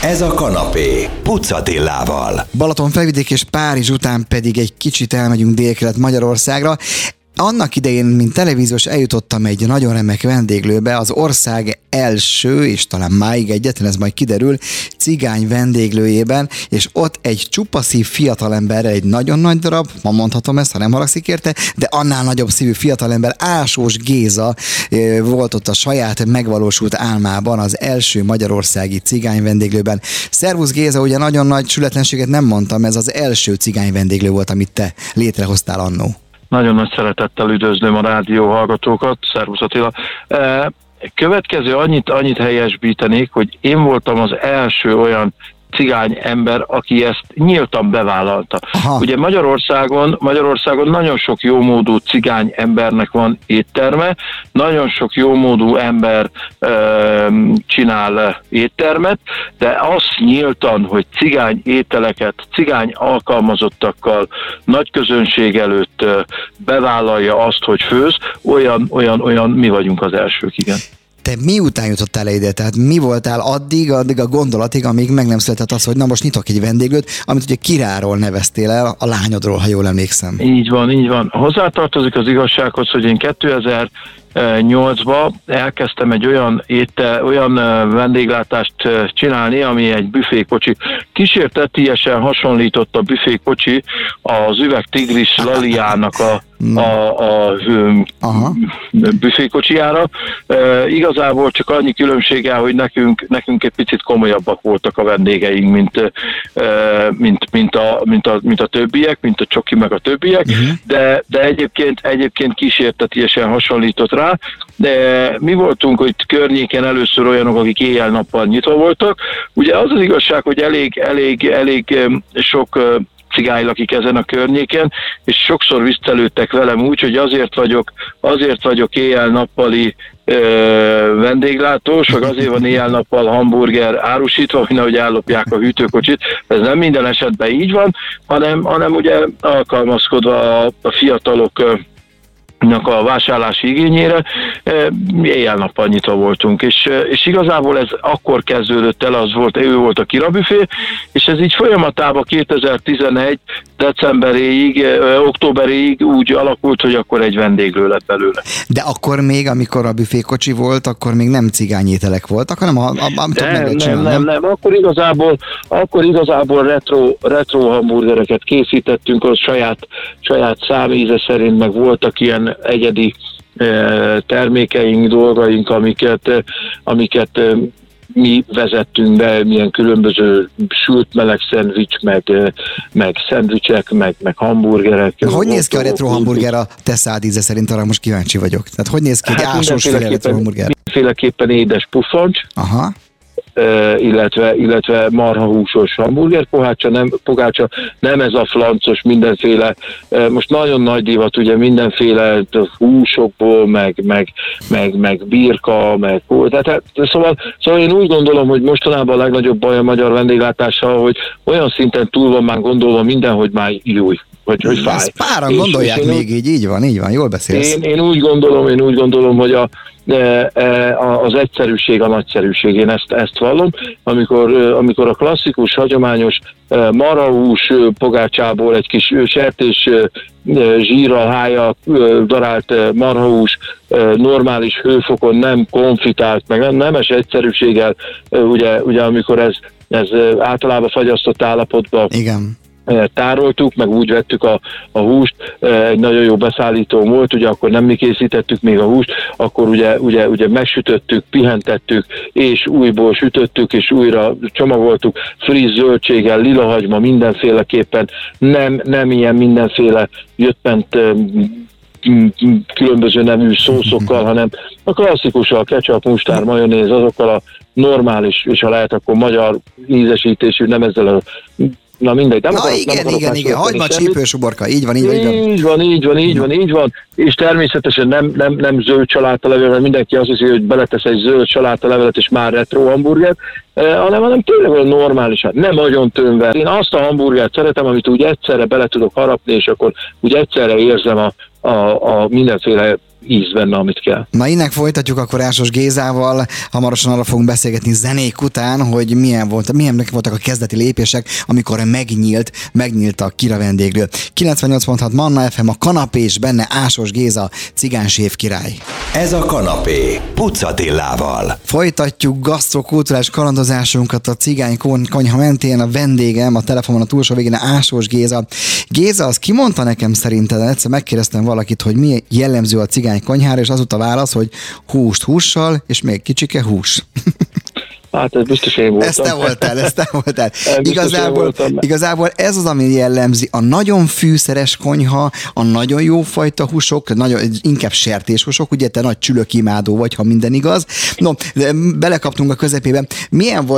Ez a kanapé Puc Attilával. Balaton felvidék és Párizs után pedig egy kicsit elmegyünk délkelet Magyarországra. Annak idején, mint televíziós, eljutottam egy nagyon remek vendéglőbe, az ország első, és talán máig egyetlen, ez majd kiderül, cigány vendéglőjében, és ott egy csupaszív fiatalemberrel, egy nagyon nagy darab, ma mondhatom ezt, ha nem haragszik érte, de annál nagyobb szívű fiatalember, Ásós Géza volt ott a saját megvalósult álmában, az első magyarországi cigány vendéglőben. Szervusz Géza, ugye nagyon nagy sületlenséget nem mondtam, ez az első cigány vendéglő volt, amit te létrehoztál annó. Nagyon nagy szeretettel üdvözlöm a rádió hallgatókat, szervusz Attila. Következő annyit helyesbítenék, hogy én voltam az első olyan cigány ember, aki ezt nyíltan bevállalta. Aha. Ugye Magyarországon nagyon sok jómódú cigány embernek van étterme, nagyon sok jómódú ember csinál éttermet, de azt nyíltan, hogy cigány ételeket, cigány alkalmazottakkal nagy közönség előtt bevállalja azt, hogy főz, olyan mi vagyunk az elsők, igen. Te miután jutottál ide? Tehát mi voltál addig a gondolatig, amíg meg nem született az, hogy na most nyitok egy vendéglőt, amit ugye Királyról neveztél el, a lányodról, ha jól emlékszem. Így van. Hozzátartozik az igazsághoz, hogy én 2008-ban elkezdtem egy olyan vendéglátást csinálni, ami egy büfékocsi. Kísértetiesen hasonlított a büfékocsi az üvegtigris Laliának a büfékocsijára. Igazából csak annyi különbséggel, hogy nekünk egy picit komolyabbak voltak a vendégeink, mint a többiek, mint a csoki meg a többiek, de egyébként kísértetiesen hasonlított rá. De mi voltunk, hogy környéken először olyanok, akik éjjel-nappal nyitva voltak. Ugye az igazság, hogy elég sok cigány lakik ezen a környéken, és sokszor visszalőttek velem úgy, hogy azért vagyok éjjel-nappali vendéglátós, vagy azért van éjjel-nappal hamburger árusítva, hogy nehogy ellopják a hűtőkocsit. Ez nem minden esetben így van, hanem ugye alkalmazkodva a fiatalok a vásárlási igényére, éjjel-nappal nyitva voltunk, és igazából ez akkor kezdődött el, ő volt a kirabüfé, és ez így folyamatában 2011 októberéig úgy alakult, hogy akkor egy vendéglő lett belőle. De akkor még, amikor a büfékocsi volt, akkor még nem cigányételek voltak, hanem nem. Akkor igazából retro hamburgereket készítettünk, az saját számíze szerint, meg voltak ilyen egyedi termékeink, dolgaink, amiket mi vezettünk be, milyen különböző sült meleg szendvics, meg szendvicsek, meg hamburgerek. Hogy néz ki a retro hamburger a te szádíze szerint? Arra most kíváncsi vagyok. Tehát hogy néz ki egy ásósféle retro hamburger? Mindenféleképpen édes puffant. Aha. Illetve marhahúsos hamburger pogácsa, nem ez a flancos mindenféle, most nagyon nagy divat, ugye mindenféle húsokból, meg birka, szóval én úgy gondolom, hogy mostanában a legnagyobb baj a magyar vendéglátással, hogy olyan szinten túl van már gondolva minden, hogy már júj. Hogy fáj. Ezt páran gondolják még így van, jól beszélsz. Én úgy gondolom, hogy az egyszerűség a nagyszerűség. Én ezt vallom, amikor a klasszikus, hagyományos marhahús pogácsából egy kis sertés zsírral, hájjal darált marhahús normális hőfokon, nem konfitált, meg nemes egyszerűséggel, ugye amikor ez általában fagyasztott állapotban. Igen. Tároltuk, meg úgy vettük a húst, egy nagyon jó beszállító volt, ugye akkor nem mi készítettük még a húst, akkor ugye megsütöttük, pihentettük, és újból sütöttük, és újra csomagoltuk, friss zöldséggel, lilahagyma, mindenféleképpen, nem ilyen mindenféle jött-ment különböző nemű szószokkal, hanem a klasszikussal, ketchup, mustár, majonéz, azokkal a normális, és ha lehet, akkor magyar ízesítésű, nem ezzel a na mindegy. Igen, hagyma, csípős uborka, így van. Így van. És természetesen nem zöld salátalevél, mert mindenki azt hiszi, hogy beletesz egy zöld salátalevelet, és már retro hamburger, hanem tényleg olyan normálisan, nem nagyon tömve. Én azt a hamburgert szeretem, amit úgy egyszerre bele tudok harapni, és akkor úgy egyszerre érzem a mindenféle íz benne, amit kell. Na, innen folytatjuk akkor Ásos Gézával, hamarosan arra fogunk beszélgetni zenék után, hogy milyenek voltak a kezdeti lépések, amikor megnyílt a Kira vendéglő. 98.6 Manna FM, a kanapé, és benne Ásos Géza, cigányséf király. Ez a kanapé Puc Attilával. Folytatjuk gasztrokulturális kalandozásunkat a cigány konyha mentén. A vendégem a telefonon a túlsó végén Ásos Géza. Géza, az kimondta nekem szerinted, egyszer megkérdeztem valakit, hogy mi jellemző a cigány konyhára, és az volt a válasz, hogy húst hússal, és még kicsike hús. Hát ez biztos én voltam. Ez te voltál. Igazából ez az, ami jellemzi a nagyon fűszeres konyha, a nagyon jó fajta húsok, inkább sertéshúsok, ugye te nagy csülökimádó vagy, ha minden igaz. No, belekaptunk a közepébe. Milyen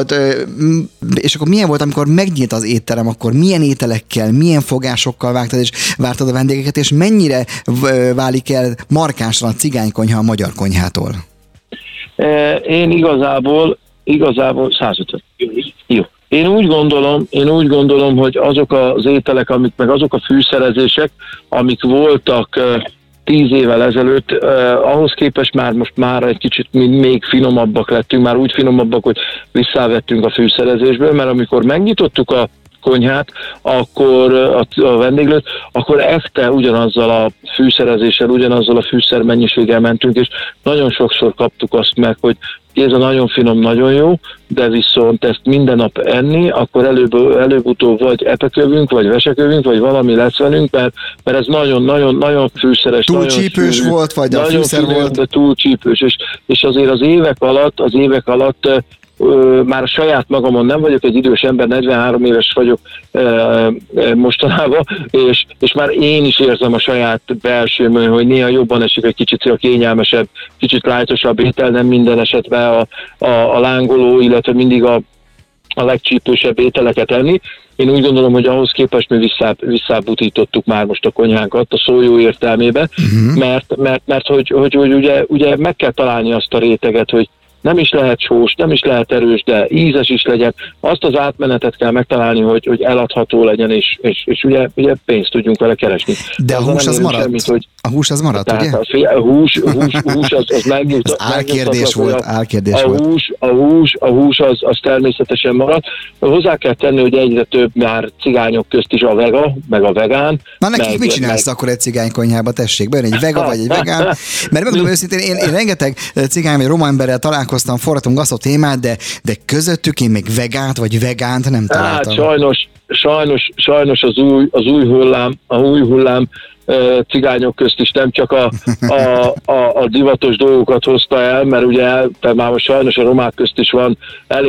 volt, amikor megnyílt az étterem, akkor milyen ételekkel, milyen fogásokkal vágtad és vártad a vendégeket, és mennyire válik el markánsan a cigánykonyha a magyar konyhától? Én igazából 150. Jó. Én úgy gondolom, hogy azok az ételek, meg azok a fűszerezések, amik voltak 10 évvel ezelőtt, ahhoz képest most már egy kicsit még finomabbak lettünk, már úgy finomabbak, hogy visszavettünk a fűszerezésből, mert amikor megnyitottuk a konyhát, akkor a vendéglőt, akkor este ugyanazzal a fűszerezéssel, ugyanazzal a fűszermennyiséggel mentünk, és nagyon sokszor kaptuk azt meg, hogy ez a nagyon finom, nagyon jó, de viszont ezt minden nap enni, akkor előbb-utóbb vagy epekövünk, vagy vesekövünk, vagy valami lesz velünk, mert ez nagyon fűszeres. Túl csípős volt, vagy a fűszer volt? De túl csípős, és azért az évek alatt már a saját magamon nem vagyok egy idős ember, 43 éves vagyok mostanában, és már én is érzem a saját belsőmön, hogy néha jobban esik egy kicsit a kényelmesebb, kicsit lájtosabb étel, nem minden esetben a lángoló, illetve mindig a legcsípősebb ételeket enni. Én úgy gondolom, hogy ahhoz képest mi visszábbutítottuk már most a konyhánkat a szó jó értelmébe, mert hogy ugye meg kell találni azt a réteget, hogy nem is lehet sós, nem is lehet erős, de ízes is legyen. Azt az átmenetet kell megtalálni, hogy eladható legyen, és ugye pénzt tudjunk vele keresni. De a hús az maradt? A hús az maradt, ugye? A hús az megnyújtott. Az álkérdés volt. A hús az természetesen maradt. Hozzá kell tenni, hogy egyre több már cigányok közt is a vega, meg a vegán. Na nekik mit csinálsz akkor egy cigánykonyhába? Tessék, bejön egy vega vagy egy vegán. Mert megmondom őszintén, én rengeteg cigány vagy roma emberrel találkoztam, forratunk azt a témát, de közöttük én még vegánt vagy vegánt nem találtam. Hát sajnos az új hullám cigányok közt is nem csak a divatos dolgokat hozta el, mert ugye már most sajnos a romák közt is van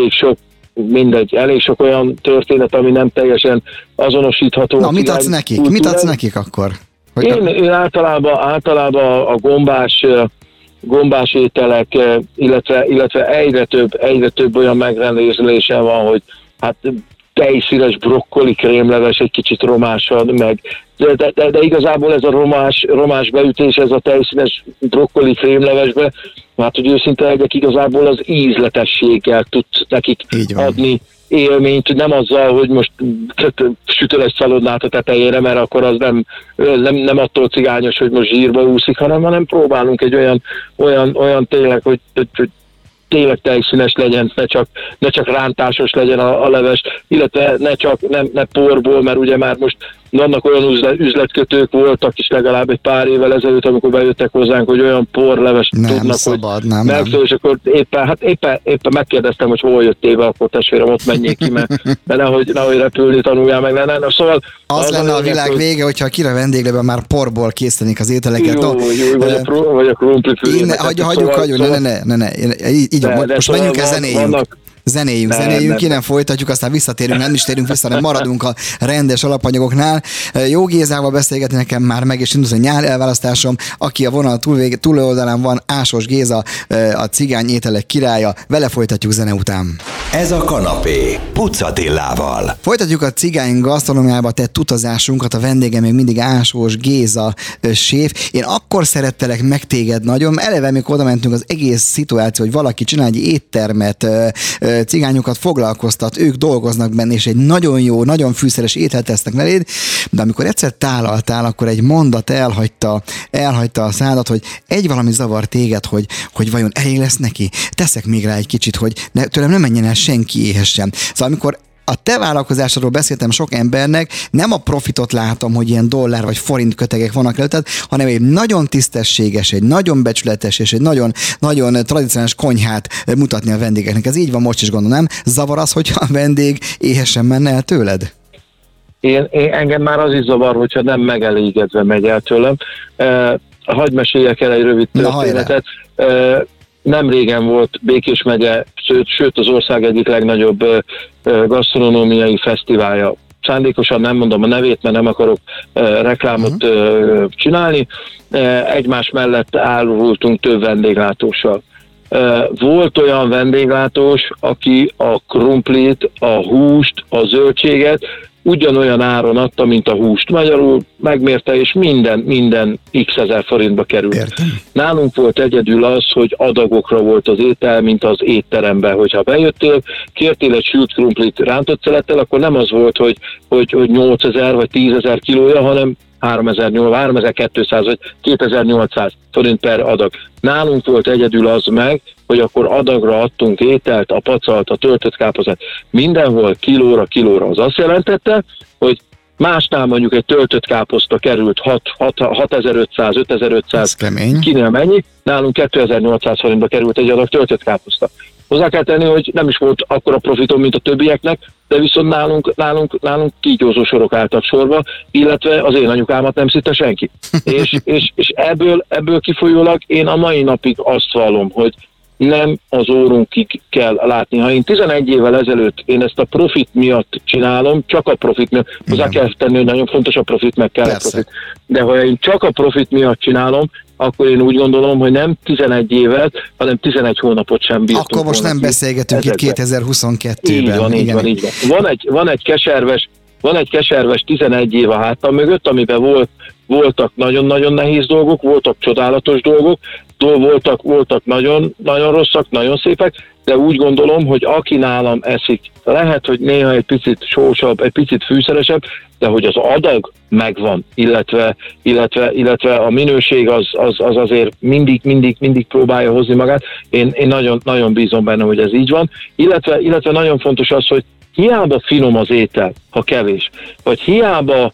elég sok olyan történet, ami nem teljesen azonosítható. Na, mit adsz nekik akkor? Én általában a gombás ételek, illetve egyre több olyan megrendelésem van, hogy hát tejszínes brokkoli krémleves, egy kicsit romásan, meg de igazából ez a romás beütés, ez a tejszínes brokkoli krémlevesbe, hát hogy őszinte legyek, igazából az ízletességgel tud nekik adni élményt, nem azzal, hogy most sütöl egy szalonnát a tetejére, mert akkor az nem attól cigányos, hogy most zsírba úszik, hanem próbálunk egy olyan tényleg, hogy tényleg tejszínes legyen, ne csak rántásos legyen a leves, illetve ne porból, mert ugye már most vannak olyan üzletkötők voltak is legalább egy pár évvel ezelőtt, amikor bejöttek hozzánk, hogy olyan porleves tudnak, szabad, hogy megszól, és akkor éppen megkérdeztem, hogy hol jöttél, akkor testvérem, ott menjék ki, mert nehogy repülni tanuljál meg. Szóval az lenne a világ vége, hogyha a Kira vendéglőben már porból készítenék az ételeket. Vagy a krumplifűrének. Hagyjuk, ne. Így most menjünk el, zenéljünk, innen folytatjuk, aztán visszatérünk, nem is térünk vissza, hanem maradunk a rendes alapanyagoknál. Jó Gézával beszélgetni nekem már meg, és indul a nyár elválasztásom, aki a vonal túloldalán van, Ásos Géza, a cigány ételek királya. Vele folytatjuk zene után. Ez a kanapé Puc Attilával. Folytatjuk a cigány gasztronómiába tett utazásunkat, a vendégem még mindig Ásos Géza séf. Én akkor szerettelek meg téged nagyon, eleve mikor oda mentünk az egész szituáció, hogy valaki csinál egy éttermet, cigányokat foglalkoztat, ők dolgoznak benne, és egy nagyon jó, nagyon fűszeres ételt tesznek eléd, de amikor egyszer tálaltál, akkor egy mondat elhagyta a szádat, hogy egy valami zavar téged, hogy vajon elég lesz neki? Teszek még rá egy kicsit, hogy tőlem nem menjen el senki éhesen. Szóval amikor a te vállalkozásodról beszéltem sok embernek, nem a profitot látom, hogy ilyen dollár vagy forint kötegek vannak előtted, hanem egy nagyon tisztességes, egy nagyon becsületes és egy nagyon, nagyon tradicionális konyhát mutatni a vendégeknek. Ez így van most is, gondolom, nem? Zavar az, hogyha a vendég éhesen menne el tőled? Engem már az is zavar, hogyha nem megelégedve megy el tőlem. Hadd meséljek el egy rövid történetet. Nem régen volt Békés megye, sőt az ország egyik legnagyobb gasztronómiai fesztiválja. Szándékosan nem mondom a nevét, mert nem akarok reklámot csinálni. Egymás mellett állultunk több vendéglátóssal. Volt olyan vendéglátós, aki a krumplit, a húst, a zöldséget ugyanolyan áron adta, mint a húst. Magyarul megmérte, és minden x ezer forintba került. Értem. Nálunk volt egyedül az, hogy adagokra volt az étel, mint az étteremben. Hogyha bejöttél, kértél egy sült krumplit rántott szelettel, akkor nem az volt, hogy 8000 vagy 10.000 kilója, hanem 3200 vagy 2800 forint per adag. Nálunk volt egyedül az meg, hogy akkor adagra adtunk ételt, a pacalt, a töltött káposztát. Mindenhol kilóra. Az azt jelentette, hogy másnál mondjuk egy töltött káposzta került 6500, 5500, kinél mennyi, nálunk 2800 forintba került egy adag töltött káposzta. Hozzá kell tenni, hogy nem is volt akkora profitom, mint a többieknek, de viszont nálunk kígyózó sorok álltak sorba, illetve az én anyukámat nem szitte senki. és ebből kifolyólag én a mai napig azt vallom, hogy nem az órunkig kell látni. Ha én 11 évvel ezelőtt én ezt a profit miatt csinálom, csak a profit miatt, hozzá kell tenni, hogy nagyon fontos a profit, meg kell a profit. De ha én csak a profit miatt csinálom, akkor én úgy gondolom, hogy nem 11 évet, hanem 11 hónapot sem bírtunk. Akkor most nem beszélgetünk itt 2022-ben. Így van. Van egy keserves 11 év a hátam mögött, amiben voltak nagyon-nagyon nehéz dolgok, voltak csodálatos dolgok, voltak nagyon, nagyon rosszak, nagyon szépek, de úgy gondolom, hogy aki nálam eszik, lehet, hogy néha egy picit sósabb, egy picit fűszeresebb, de hogy az adag megvan, illetve a minőség az azért mindig próbálja hozni magát. Én nagyon, nagyon bízom benne, hogy ez így van. Illetve nagyon fontos az, hogy hiába finom az étel, ha kevés, vagy hiába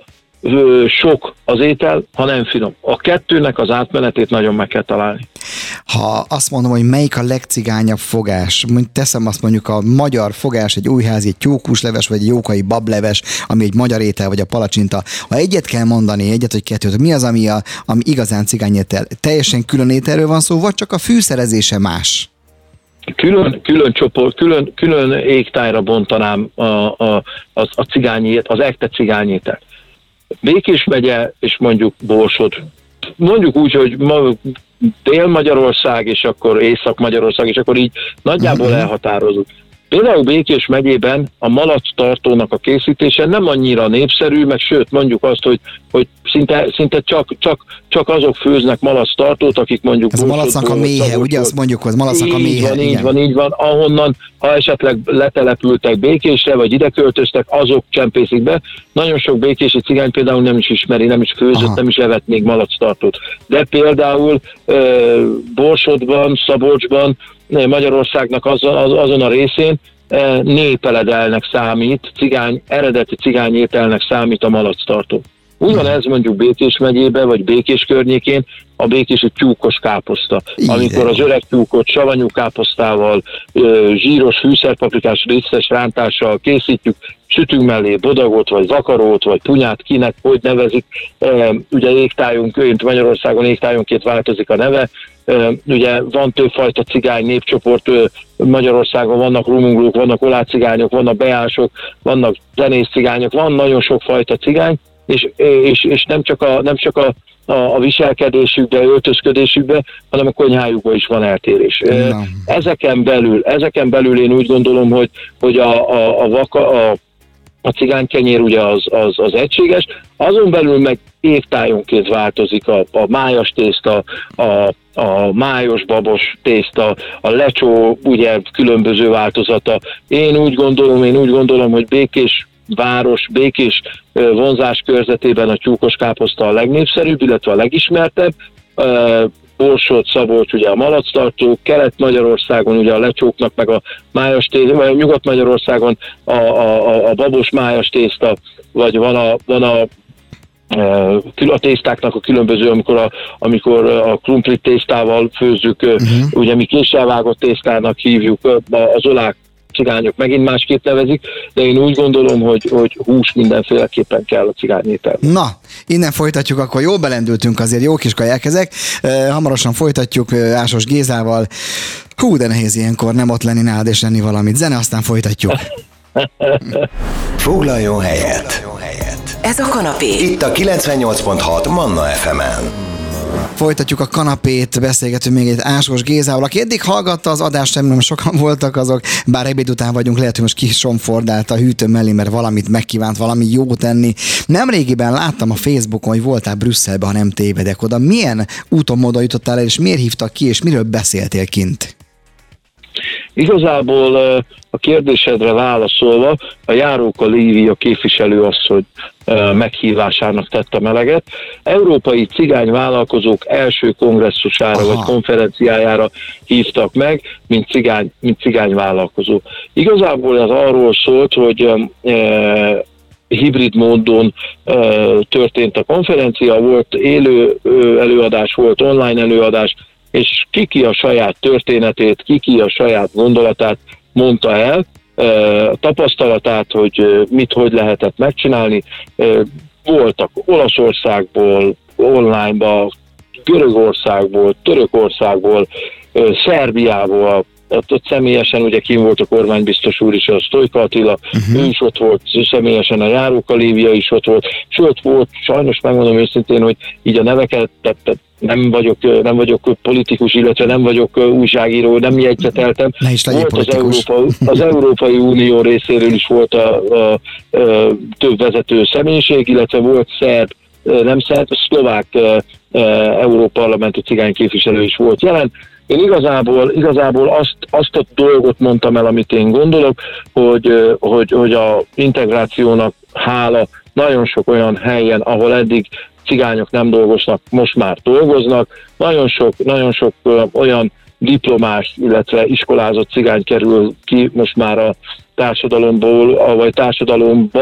sok az étel, ha nem finom. A kettőnek az átmenetét nagyon meg kell találni. Ha azt mondom, hogy melyik a legcigányabb fogás, teszem azt mondjuk a magyar fogás, egy újházi, egy tyúkhúsleves, vagy egy jókai bableves, ami egy magyar étel, vagy a palacsinta. Ha egyet kell mondani, egyet vagy kettőt, mi az, ami igazán cigányétel? Teljesen külön ételről van szó, vagy csak a fűszerezése más? Külön csoport, külön égtájra bontanám a cigányét, az ekte cigányételt. Békés megye, és mondjuk Borsod. Mondjuk úgy, hogy Dél-Magyarország, és akkor Észak-Magyarország, és akkor így nagyjából elhatározunk. Például Békés megyében a malactartónak a készítése nem annyira népszerű, meg sőt mondjuk azt, hogy szinte csak azok főznek malactartót, akik mondjuk... Ez a malacnak a méhe, ugye azt mondjuk, hogy malacnak a méhe. Így van, ahonnan, ha esetleg letelepültek Békésre, vagy ide költöztek, azok csempészik be. Nagyon sok békési cigány például nem is ismeri, nem is főzött, nem is evett még malactartót. De például Borsodban, Szabolcsban, Magyarországnak azon a részén népeledelnek számít, eredeti cigányételnek számít a malactartó. Ugyanez mondjuk Békés megyében, vagy Békés környékén a békési tyúkos káposzta. Amikor az öreg tyúkot savanyú káposztával, zsíros fűszerpaprikás részes rántással készítjük, sütünk mellé bodagot, vagy zakarót, vagy punyát, kinek hogy nevezik. Ugye égtájunk, Magyarországon égtájonként változik a neve. Ugye van többfajta cigány népcsoport, Magyarországon vannak rumunglók, vannak olácigányok, vannak beások, vannak zenész cigányok, van nagyon sok fajta cigány, és nem csak a viselkedésükbe, öltözködésükbe, hanem a konyhájukban is van eltérés. Ezeken belül én úgy gondolom, hogy a a cigánykenyér ugye az egységes, azon belül meg évtájonként változik a májas tészta, a májos babos tészta, a lecsó ugye különböző változata. Én úgy gondolom, hogy Békés város, Békés vonzás körzetében a tyúkos káposzta a legnépszerűbb, illetve a legismertebb. Borsod, Szabolcs, ugye a malactartó, Kelet-Magyarországon ugye a lecsóknak, meg a májas tészta, vagy Nyugat-Magyarországon a babos májas tészta, vagy van a tésztáknak a különböző, amikor a krumplit tésztával főzzük, ugye mi késsel vágott tésztának hívjuk, az olák cigányok megint másképp nevezik, de én úgy gondolom, hogy hús mindenféleképpen kell a cigányételben. Na, innen folytatjuk, akkor jól belendültünk, azért jó kis kaják ezek. Hamarosan folytatjuk Ásos Gézával. Hú, de nehéz ilyenkor nem ott lenni nálad és lenni valamit. Zene, aztán folytatjuk. Foglaljon helyet. Ez a kanapé. Itt a 98.6 Manna FM-en. Folytatjuk a kanapét, beszélgetünk még egy Ásos Gézával, aki eddig hallgatta az adást, nem sokan voltak azok, bár ebéd után vagyunk, lehet, hogy most kisomfordált a hűtő mellé, mert valamit megkívánt, valami jót tenni. Nemrégiben láttam a Facebookon, hogy voltál Brüsszelben, ha nem tévedek oda. Milyen úton módon jutottál el, és miért hívtak ki, és miről beszéltél kint? Igazából a kérdésedre válaszolva, a Járóka Lívia képviselőasszony meghívásának tett eleget. Európai cigányvállalkozók első kongresszusára vagy konferenciájára hívtak meg, mint cigányvállalkozó. Igazából ez arról szólt, hogy hibrid módon történt a konferencia, volt élő előadás, volt online előadás, és ki a saját történetét, ki a saját gondolatát mondta el, tapasztalatát, hogy hogy lehetett megcsinálni. Voltak Olaszországból, online-ba, Görögországból, Törökországból, Szerbiából, ott személyesen ugye kim volt a kormánybiztos úr is, a Sztojka Attila, ő is ott volt, személyesen a Járóka Lívia is ott volt, sőt volt, sajnos megmondom őszintén, hogy így a neveket, nem vagyok politikus, illetve nem vagyok újságíró, nem jegyzeteltem. Volt az Európai Unió részéről is volt a több vezető személyiség, dolgok, illetve volt szlovák európarlamenti cigányképviselő is volt jelen. Én igazából azt a dolgot mondtam el, amit én gondolok, hogy a integrációnak hála nagyon sok olyan helyen, ahol eddig cigányok nem dolgoznak, most már dolgoznak. Nagyon sok olyan diplomás, illetve iskolázott cigány kerül ki most már a társadalomból, vagy társadalomba,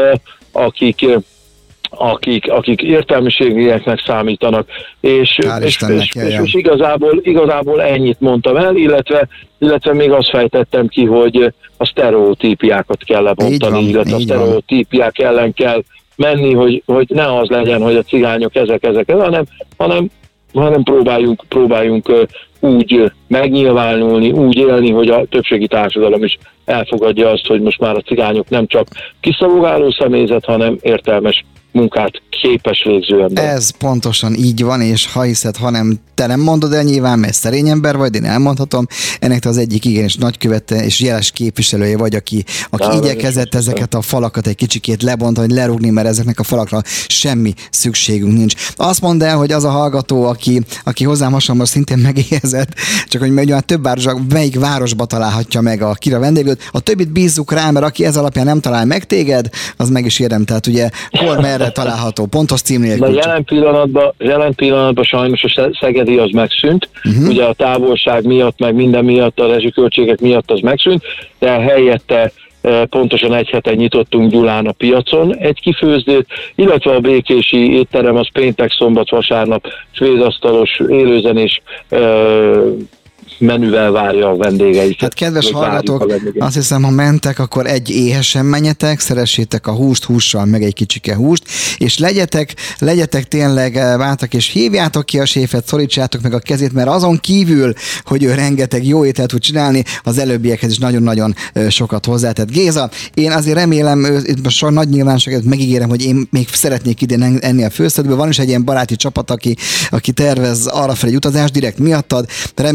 akik értelmiségieknek számítanak, és igazából ennyit mondtam el, illetve még azt fejtettem ki, hogy a sztereotípiákat kell lebontani, illetve a sztereotípiák ellen kell menni, hogy ne az legyen, hogy a cigányok ezek, hanem próbáljunk úgy megnyilvánulni, úgy élni, hogy a többségi társadalom is elfogadja azt, hogy most már a cigányok nem csak kiszolgáló személyzet, hanem értelmes munkát képes végző ember. Ez pontosan így van, és ha hiszed, ha nem, te nem mondod el nyilván, mert szerény ember vagy, én elmondhatom, ennek te az egyik igenis nagykövete és jeles képviselője vagy, aki igyekezett ezeket a falakat egy kicsikét lebontani, lerúgni, mert ezeknek a falakra semmi szükségünk nincs. Azt mondd el, hogy az a hallgató, aki hozzám hasonlóan szintén megéhezett, csak hogy meg több városban, melyik városba találhatja meg a kira vendéglőt, a többit bízzuk rá, mert aki ez alapján nem talál meg téged, az meg is érdem, tehát ugye hol merre található, pontos cím nélkül. Jelen pillanatban sajnos a szegedi az megszűnt, ugye a távolság miatt, meg minden miatt, a rezsiköltségek miatt az megszűnt, de helyette pontosan egy hete nyitottunk Gyulán a piacon egy kifőzdét, illetve a békési étterem az péntek, szombat, vasárnap svédasztalos, élőzenés menüvel várja a vendégeiket. Hát kedves hallgatók, azt hiszem, ha mentek, akkor egy éhesen menjetek, szeressétek a hússal, meg egy kicsike húst, és legyetek tényleg bátrak, és hívjátok ki a séfet, szorítsátok meg a kezét, mert azon kívül, hogy ő rengeteg jó ételt tud csinálni, az előbbiekhez is nagyon-nagyon sokat hozzátett. Géza, én azért remélem, itt most nagy nyilvánosságot megígérem, hogy én még szeretnék idén enni a főztetőből. Van is egy ilyen baráti csapat, aki tervez arrafelé egy utazást direkt miattad, de remélem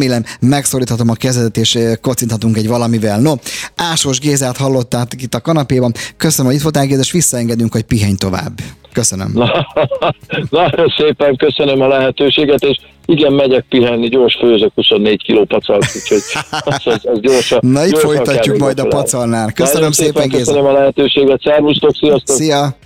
megszoríthatom a kezedet, és kocinthatunk egy valamivel. No, Ásós Gézát hallottátok itt a kanapéban. Köszönöm, hogy itt voltál, Géza, és visszaengedünk, hogy pihenj tovább. Köszönöm. Nagyon szépen köszönöm a lehetőséget, és igen, megyek pihenni, gyors főzök 24 kiló pacalt, úgyhogy az gyorsan. Na itt gyorsan folytatjuk majd a pacalnál. Köszönöm szépen, Géza. Köszönöm a lehetőséget, szervusztok, sziasztok! Szia!